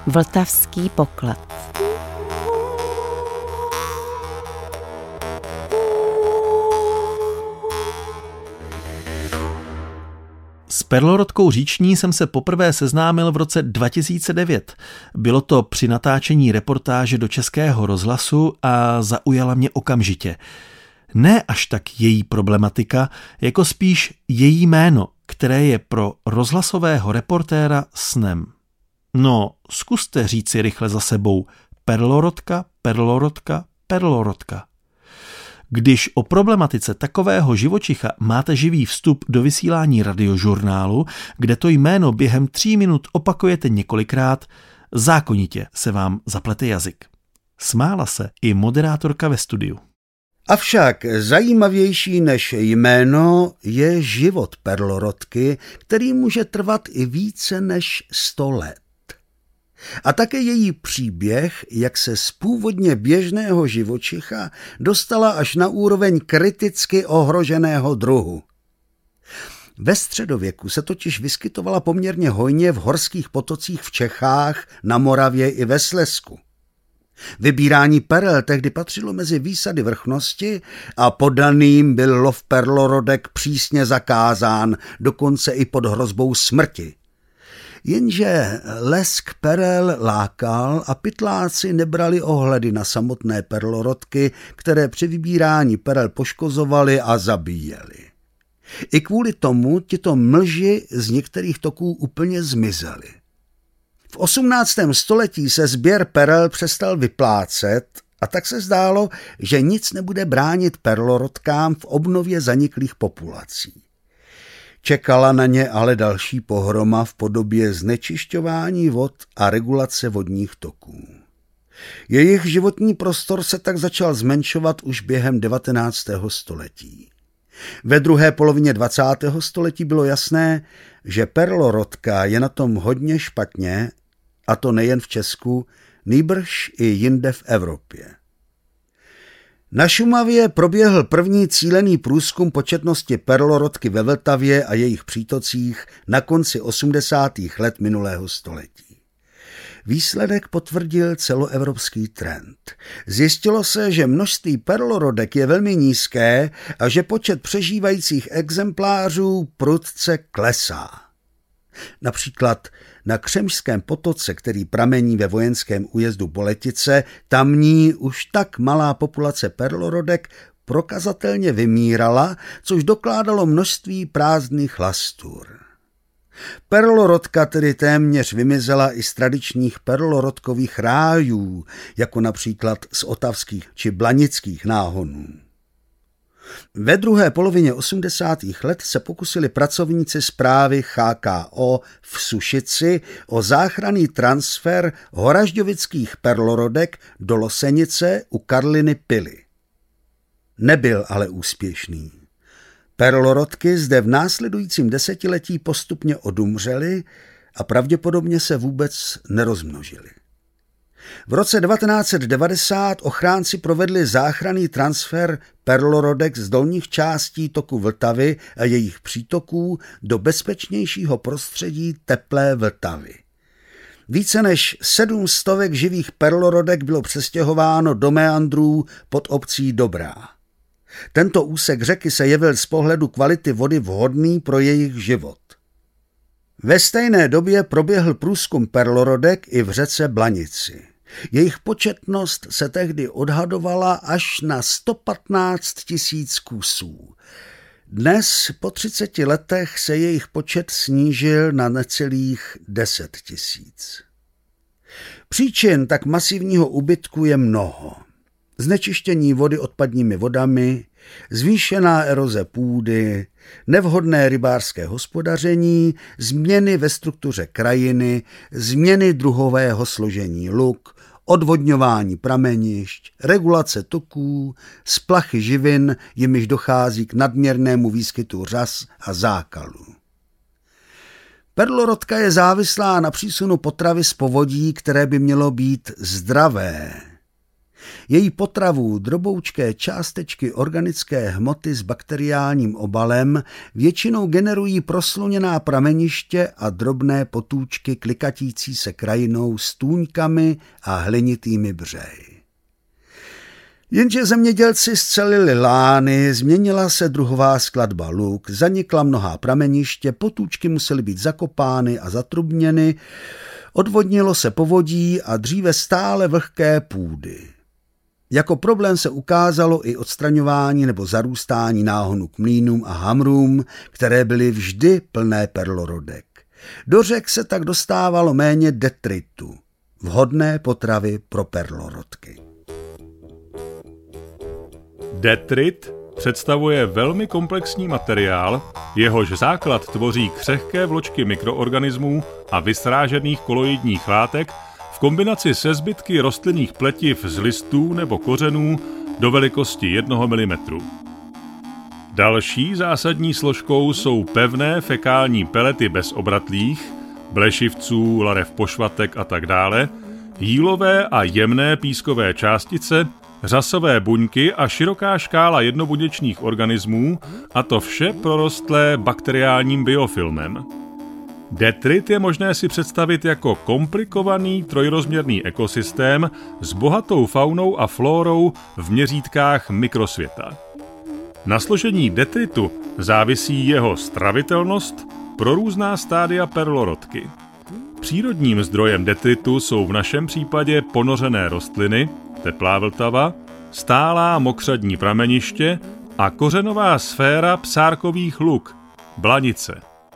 Vltavský poklad. S perlorodkou říční jsem se poprvé seznámil v roce 2009. Bylo to při natáčení reportáže do Českého rozhlasu a zaujala mě okamžitě. Ne až tak její problematika, jako spíš její jméno, které je pro rozhlasového reportéra snem. No, zkuste říci rychle za sebou perlorodka, perlorodka, perlorodka. Když o problematice takového živočicha máte živý vstup do vysílání radiožurnálu, kde to jméno během 3 minut opakujete několikrát, zákonitě se vám zaplete jazyk. Smála se i moderátorka ve studiu. Avšak zajímavější než jméno je život perlorodky, který může trvat i více než 100 let. A také její příběh, jak se z původně běžného živočicha dostala až na úroveň kriticky ohroženého druhu. Ve středověku se totiž vyskytovala poměrně hojně v horských potocích v Čechách, na Moravě i ve Slezsku. Vybírání perel tehdy patřilo mezi výsady vrchnosti a poddaným byl lov perlorodek přísně zakázán, dokonce i pod hrozbou smrti. Jenže lesk perel lákal a pytláci nebrali ohledy na samotné perlorodky, které při vybírání perel poškozovali a zabíjeli. I kvůli tomu tito mlži z některých toků úplně zmizeli. V 18. století se sběr perel přestal vyplácet a tak se zdálo, že nic nebude bránit perlorodkám v obnově zaniklých populací. Čekala na ně ale další pohroma v podobě znečišťování vod a regulace vodních toků. Jejich životní prostor se tak začal zmenšovat už během 19. století. Ve druhé polovině 20. století bylo jasné, že perlorodka je na tom hodně špatně, a to nejen v Česku, nýbrž i jinde v Evropě. Na Šumavě proběhl první cílený průzkum početnosti perlorodky ve Vltavě a jejich přítocích na konci 80. let minulého století. Výsledek potvrdil celoevropský trend. Zjistilo se, že množství perlorodek je velmi nízké a že počet přežívajících exemplářů prudce klesá. Například na Křemžském potoce, který pramení ve vojenském újezdu Boletice, tamní už tak malá populace perlorodek prokazatelně vymírala, což dokládalo množství prázdných lastur. Perlorodka tedy téměř vymizela i z tradičních perlorodkových rájů, jako například z otavských či blanických náhonů. Ve druhé polovině 80. let se pokusili pracovníci správy HKO v Sušici o záchranný transfer horažďovických perlorodek do Losenice u Karliny Pily. Nebyl ale úspěšný. Perlorodky zde v následujícím desetiletí postupně odumřely a pravděpodobně se vůbec nerozmnožily. V roce 1990 ochránci provedli záchranný transfer perlorodek z dolních částí toku Vltavy a jejich přítoků do bezpečnějšího prostředí teplé Vltavy. Více než 700 živých perlorodek bylo přestěhováno do meandrů pod obcí Dobrá. Tento úsek řeky se jevil z pohledu kvality vody vhodný pro jejich život. Ve stejné době proběhl průzkum perlorodek i v řece Blanici. Jejich početnost se tehdy odhadovala až na 115 000 kusů. Dnes po 30 letech se jejich počet snížil na necelých 10 000. Příčin tak masivního úbytku je mnoho. Znečištění vody odpadními vodami, zvýšená eroze půdy, nevhodné rybářské hospodaření, změny ve struktuře krajiny, změny druhového složení luk, odvodňování pramenišť, regulace toků, splachy živin, jimiž dochází k nadměrnému výskytu řas a zákalů. Perlorodka je závislá na přísunu potravy z povodí, které by mělo být zdravé. Její potravu, droboučké částečky organické hmoty s bakteriálním obalem, většinou generují prosluněná prameniště a drobné potůčky klikatící se krajinou s tůňkami a hlinitými břehy. Jenže zemědělci scelili lány, změnila se druhová skladba luk, zanikla mnohá prameniště, potůčky musely být zakopány a zatrubněny, odvodnilo se povodí a dříve stále vlhké půdy. Jako problém se ukázalo i odstraňování nebo zarůstání náhonu k mlýnům a hamrům, které byly vždy plné perlorodek. Do řek se tak dostávalo méně detritu, vhodné potravy pro perlorodky. Detrit představuje velmi komplexní materiál, jehož základ tvoří křehké vločky mikroorganismů a vysrážených koloidních látek v kombinaci se zbytky rostlinných pletiv z listů nebo kořenů do velikosti 1 mm. Další zásadní složkou jsou pevné fekální pelety bezobratlých, blešivců, larev pošvatek a tak dále, jílové a jemné pískové částice, řasové buňky a široká škála jednobuněčných organismů, a to vše prorostlé bakteriálním biofilmem. Detrit je možné si představit jako komplikovaný trojrozměrný ekosystém s bohatou faunou a flórou v měřítkách mikrosvěta. Na složení detritu závisí jeho stravitelnost pro různá stádia perlorodky. Přírodním zdrojem detritu jsou v našem případě ponořené rostliny, teplá vltava, stálá mokřadní prameniště a kořenová sféra psárkových luk, blanice.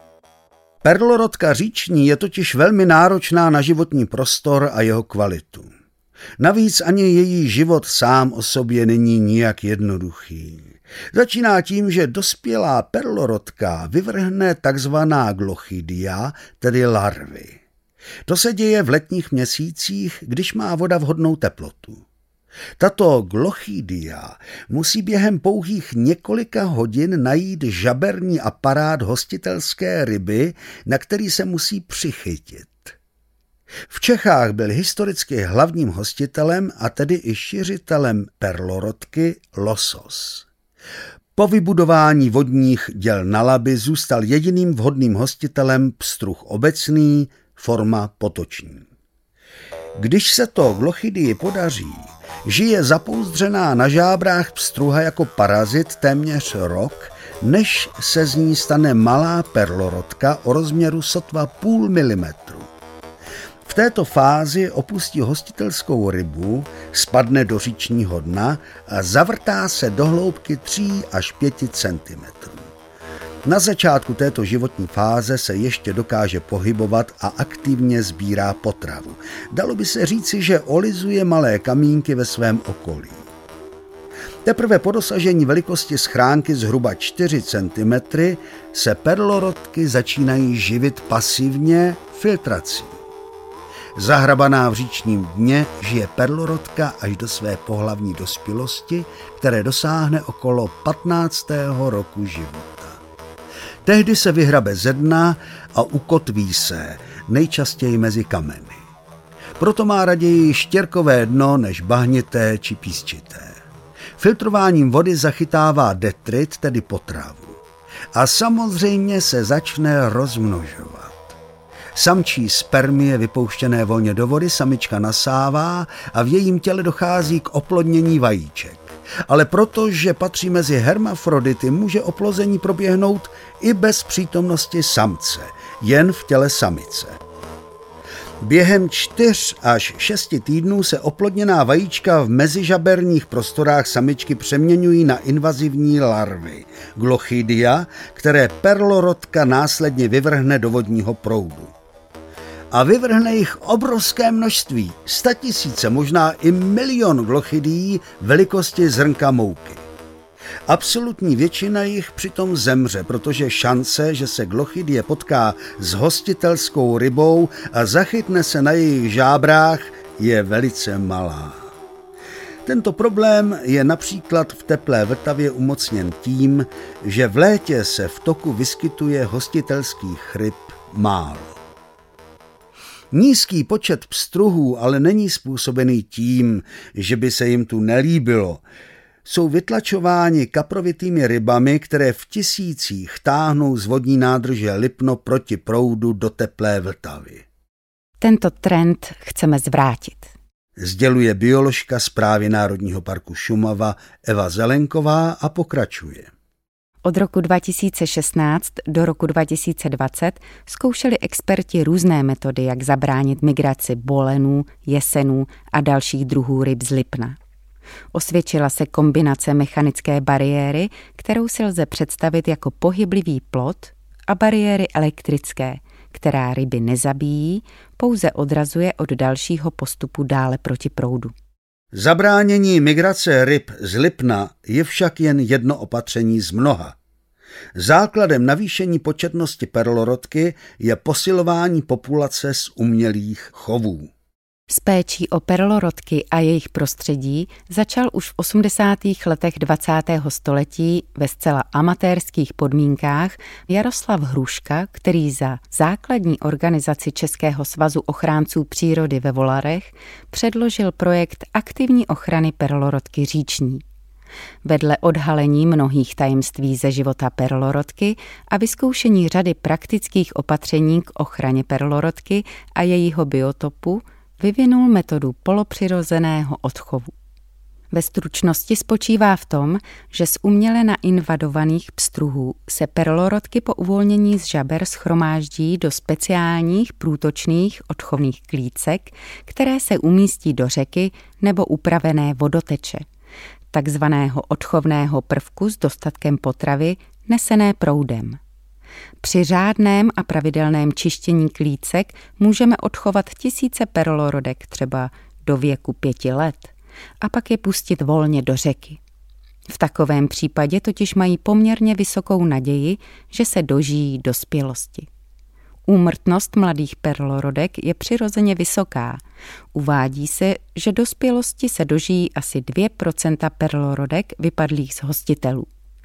Perlorodka říční je totiž velmi náročná na životní prostor a jeho kvalitu. Navíc ani její život sám o sobě není nijak jednoduchý. Začíná tím, že dospělá perlorodka vyvrhne takzvaná glochidia, tedy larvy. To se děje v letních měsících, když má voda vhodnou teplotu. Tato glochidia musí během pouhých několika hodin najít žaberní aparát hostitelské ryby, na který se musí přichytit. V Čechách byl historicky hlavním hostitelem a tedy i šiřitelem perlorodky losos. Po vybudování vodních děl na Labi zůstal jediným vhodným hostitelem pstruh obecný, forma potoční. Když se to glochidii podaří, žije zapouzdřená na žábrách pstruha jako parazit téměř rok, než se z ní stane malá perlorodka o rozměru sotva 0,5 mm. V této fázi opustí hostitelskou rybu, spadne do říčního dna a zavrtá se do hloubky 3 až 5 cm. Na začátku této životní fáze se ještě dokáže pohybovat a aktivně sbírá potravu. Dalo by se říci, že olizuje malé kamínky ve svém okolí. Teprve po dosažení velikosti schránky zhruba 4 cm se perlorodky začínají živit pasivně filtrací. Zahrabaná v říčním dně žije perlorodka až do své pohlavní dospělosti, které dosáhne okolo 15. roku života. Tehdy se vyhrabe ze dna a ukotví se, nejčastěji mezi kameny. Proto má raději štěrkové dno než bahnité či písčité. Filtrováním vody zachytává detrit, tedy potravu. A samozřejmě se začne rozmnožovat. Samčí spermie vypouštěné volně do vody samička nasává a v jejím těle dochází k oplodnění vajíček. Ale protože patří mezi hermafrodity, může oplození proběhnout i bez přítomnosti samce, jen v těle samice. Během 4 až 6 týdnů se oplodněná vajíčka v mezižaberních prostorách samičky přeměňují na invazivní larvy, glochidia, které perlorodka následně vyvrhne do vodního proudu. A vyvrhne jich obrovské množství, 100 000, možná i 1 000 000 glochidií velikosti zrnka mouky. Absolutní většina jich přitom zemře, protože šance, že se glochidie potká s hostitelskou rybou a zachytne se na jejich žábrách, je velice malá. Tento problém je například v teplé Vltavě umocněn tím, že v létě se v toku vyskytuje hostitelských ryb málo. Nízký počet pstruhů ale není způsobený tím, že by se jim tu nelíbilo. Jsou vytlačováni kaprovitými rybami, které v tisících táhnou z vodní nádrže Lipno proti proudu do teplé Vltavy. Tento trend chceme zvrátit, Sděluje bioložka Správy Národního parku Šumava Eva Zelenková a pokračuje. Od roku 2016 do roku 2020 zkoušeli experti různé metody, jak zabránit migraci bolenů, jesenů a dalších druhů ryb z Lipna. Osvědčila se kombinace mechanické bariéry, kterou si lze představit jako pohyblivý plot, a bariéry elektrické, která ryby nezabíjí, pouze odrazuje od dalšího postupu dále proti proudu. Zabránění migrace ryb z Lipna je však jen jedno opatření z mnoha. Základem navýšení početnosti perlorodky je posilování populace z umělých chovů. S péčí o perlorodky a jejich prostředí začal už v 80. letech 20. století ve zcela amatérských podmínkách Jaroslav Hruška, který za základní organizaci Českého svazu ochránců přírody ve Volarech předložil projekt aktivní ochrany perlorodky říční. Vedle odhalení mnohých tajemství ze života perlorodky a vyzkoušení řady praktických opatření k ochraně perlorodky a jejího biotopu vyvinul metodu polopřirozeného odchovu. Ve stručnosti spočívá v tom, že z uměle nainvadovaných pstruhů se perlorodky po uvolnění z žaber shromáždí do speciálních průtočných odchovných klícek, které se umístí do řeky nebo upravené vodoteče, takzvaného odchovného prvku s dostatkem potravy nesené proudem. Při řádném a pravidelném čištění klícek můžeme odchovat tisíce perlorodek třeba do věku 5 let a pak je pustit volně do řeky. V takovém případě totiž mají poměrně vysokou naději, že se dožijí dospělosti. Úmrtnost mladých perlorodek je přirozeně vysoká. Uvádí se, že dospělosti se dožijí asi 2% perlorodek vypadlých z hostitelů.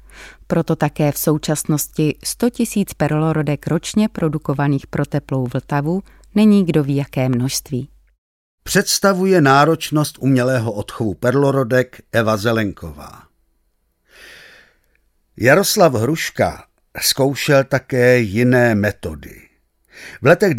Proto také v současnosti 100 000 perlorodek ročně produkovaných pro teplou Vltavu není kdo ví jaké množství. Představuje náročnost umělého odchovu perlorodek Eva Zelenková. Jaroslav Hruška zkoušel také jiné metody. V letech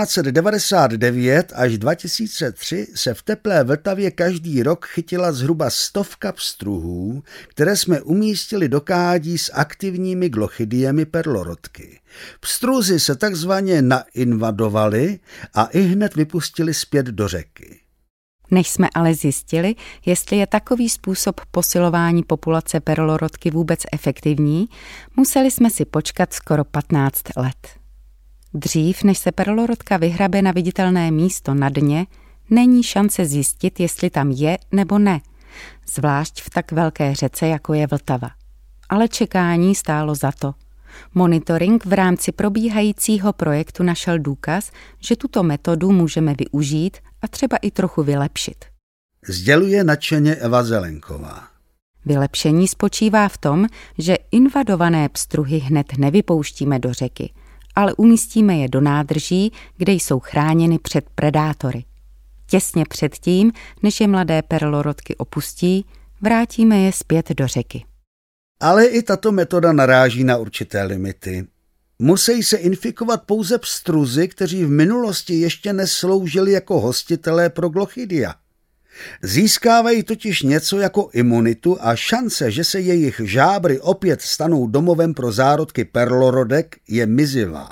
1999 až 2003 se v teplé Vltavě každý rok chytila zhruba 100 pstruhů, které jsme umístili do kádí s aktivními glochidiemi perlorodky. Pstruzy se takzvaně nainvadovaly a ihned vypustili zpět do řeky. Než jsme ale zjistili, jestli je takový způsob posilování populace perlorodky vůbec efektivní, museli jsme si počkat skoro 15 let. Dřív, než se perlorodka vyhrabe na viditelné místo na dně, není šance zjistit, jestli tam je nebo ne, zvlášť v tak velké řece, jako je Vltava. Ale čekání stálo za to. Monitoring v rámci probíhajícího projektu našel důkaz, že tuto metodu můžeme využít a třeba i trochu vylepšit. Sděluje nadšeně Eva Zelenková. Vylepšení spočívá v tom, že invadované pstruhy hned nevypouštíme do řeky, ale umístíme je do nádrží, kde jsou chráněny před predátory. Těsně předtím, než je mladé perlorodky opustí, vrátíme je zpět do řeky. Ale i tato metoda naráží na určité limity. Musí se infikovat pouze pstruzy, kteří v minulosti ještě nesloužili jako hostitelé pro glochidia. Získávají totiž něco jako imunitu a šance, že se jejich žábry opět stanou domovem pro zárodky perlorodek, je mizivá.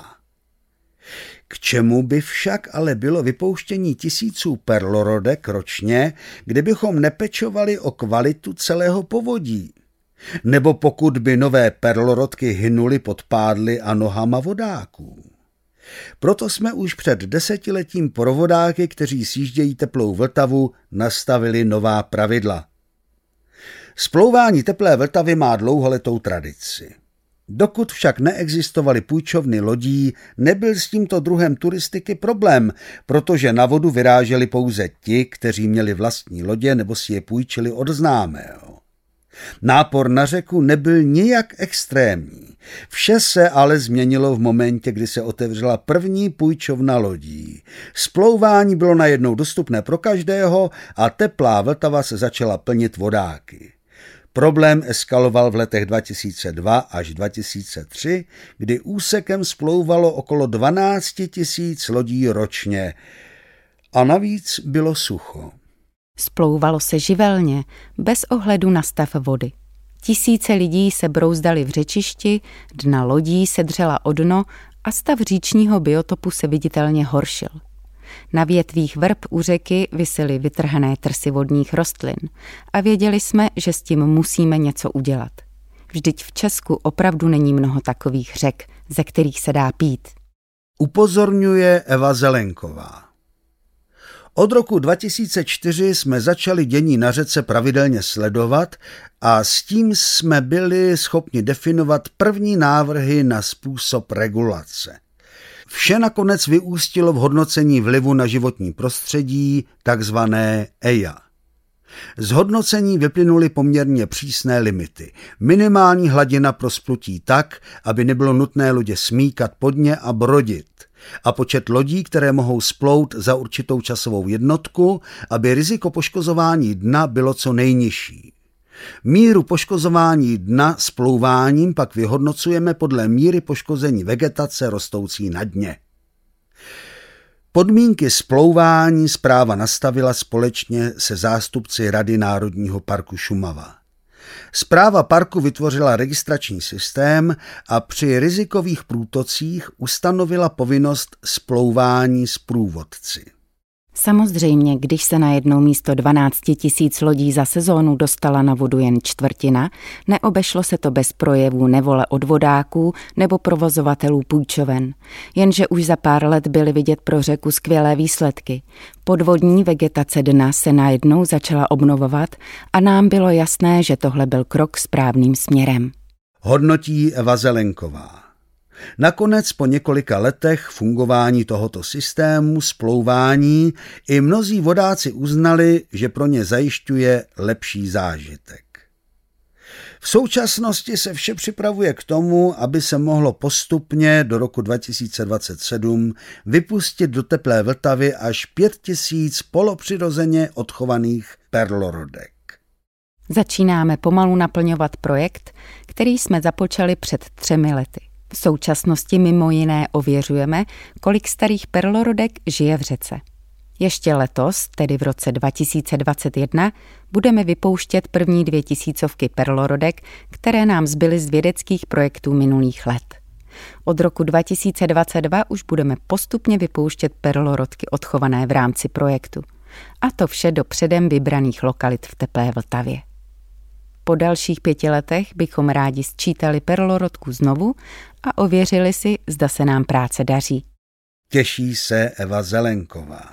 K čemu by však ale bylo vypouštění tisíců perlorodek ročně, kdybychom nepečovali o kvalitu celého povodí? Nebo pokud by nové perlorodky hynuly pod pádly a nohama vodáků? Proto jsme už před 10 letím pro vodáky, kteří sjíždějí teplou Vltavu, nastavili nová pravidla. Splouvání teplé Vltavy má dlouholetou tradici. Dokud však neexistovaly půjčovny lodí, nebyl s tímto druhem turistiky problém, protože na vodu vyráželi pouze ti, kteří měli vlastní lodě nebo si je půjčili od známého. Nápor na řeku nebyl nijak extrémní. Vše se ale změnilo v momentě, kdy se otevřela první půjčovna lodí. Splouvání bylo najednou dostupné pro každého a teplá Vltava se začala plnit vodáky. Problém eskaloval v letech 2002 až 2003, kdy úsekem splouvalo okolo 12 000 lodí ročně. A navíc bylo sucho. Splouvalo se živelně, bez ohledu na stav vody. Tisíce lidí se brouzdali v řečišti, dna lodí se dřela o dno a stav říčního biotopu se viditelně horšil. Na větvích vrb u řeky visely vytrhané trsy vodních rostlin a věděli jsme, že s tím musíme něco udělat. Vždyť v Česku opravdu není mnoho takových řek, ze kterých se dá pít. Upozorňuje Eva Zelenková. Od roku 2004 jsme začali dění na řece pravidelně sledovat a s tím jsme byli schopni definovat první návrhy na způsob regulace. Vše nakonec vyústilo v hodnocení vlivu na životní prostředí, takzvané EIA. Z hodnocení vyplynuly poměrně přísné limity. Minimální hladina pro splutí tak, aby nebylo nutné lodě smíkat pod ně a brodit. A počet lodí, které mohou splout za určitou časovou jednotku, aby riziko poškozování dna bylo co nejnižší. Míru poškozování dna splouváním pak vyhodnocujeme podle míry poškození vegetace rostoucí na dně. Podmínky splouvání správa nastavila společně se zástupci Rady Národního parku Šumava. Správa parku vytvořila registrační systém a při rizikových průtocích ustanovila povinnost splouvání s průvodci. Samozřejmě, když se na jedno místo 12 000 lodí za sezónu dostala na vodu jen čtvrtina, neobešlo se to bez projevů nevole od vodáků nebo provozovatelů půjčoven. Jenže už za pár let byly vidět pro řeku skvělé výsledky. Podvodní vegetace dna se najednou začala obnovovat a nám bylo jasné, že tohle byl krok správným směrem. Hodnotí Eva Zelenková. Nakonec po několika letech fungování tohoto systému splouvání i mnozí vodáci uznali, že pro ně zajišťuje lepší zážitek. V současnosti se vše připravuje k tomu, aby se mohlo postupně do roku 2027 vypustit do teplé Vltavy až 5 000 polopřirozeně odchovaných perlorodek. Začínáme pomalu naplňovat projekt, který jsme započali před 3 lety. V současnosti mimo jiné ověřujeme, kolik starých perlorodek žije v řece. Ještě letos, tedy v roce 2021, budeme vypouštět první 2000 perlorodek, které nám zbyly z vědeckých projektů minulých let. Od roku 2022 už budeme postupně vypouštět perlorodky odchované v rámci projektu. A to vše do předem vybraných lokalit v teplé Vltavě. Po dalších 5 letech bychom rádi sčítali perlorodku znovu a ověřili si, zda se nám práce daří. Těší se Eva Zelenková.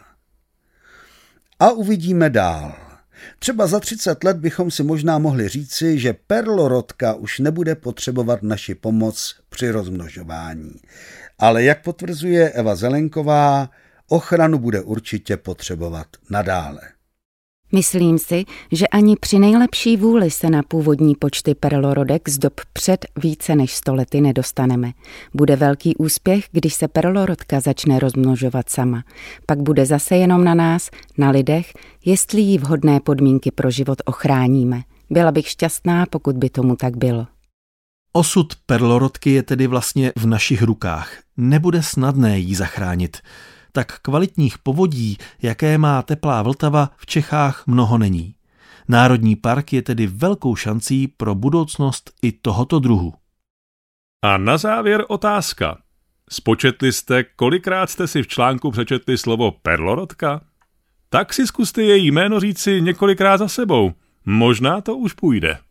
A uvidíme dál. Třeba za 30 let bychom si možná mohli říci, že perlorodka už nebude potřebovat naši pomoc při rozmnožování. Ale jak potvrzuje Eva Zelenková, ochranu bude určitě potřebovat nadále. Myslím si, že ani při nejlepší vůli se na původní počty perlorodek z dob před více než 100 lety nedostaneme. Bude velký úspěch, když se perlorodka začne rozmnožovat sama. Pak bude zase jenom na nás, na lidech, jestli jí vhodné podmínky pro život ochráníme. Byla bych šťastná, pokud by tomu tak bylo. Osud perlorodky je tedy vlastně v našich rukách. Nebude snadné jí zachránit. Tak kvalitních povodí, jaké má teplá Vltava, v Čechách mnoho není. Národní park je tedy velkou šancí pro budoucnost i tohoto druhu. A na závěr otázka. Spočetli jste, kolikrát jste si v článku přečetli slovo perlorodka? Tak si zkuste její jméno říci několikrát za sebou. Možná to už půjde.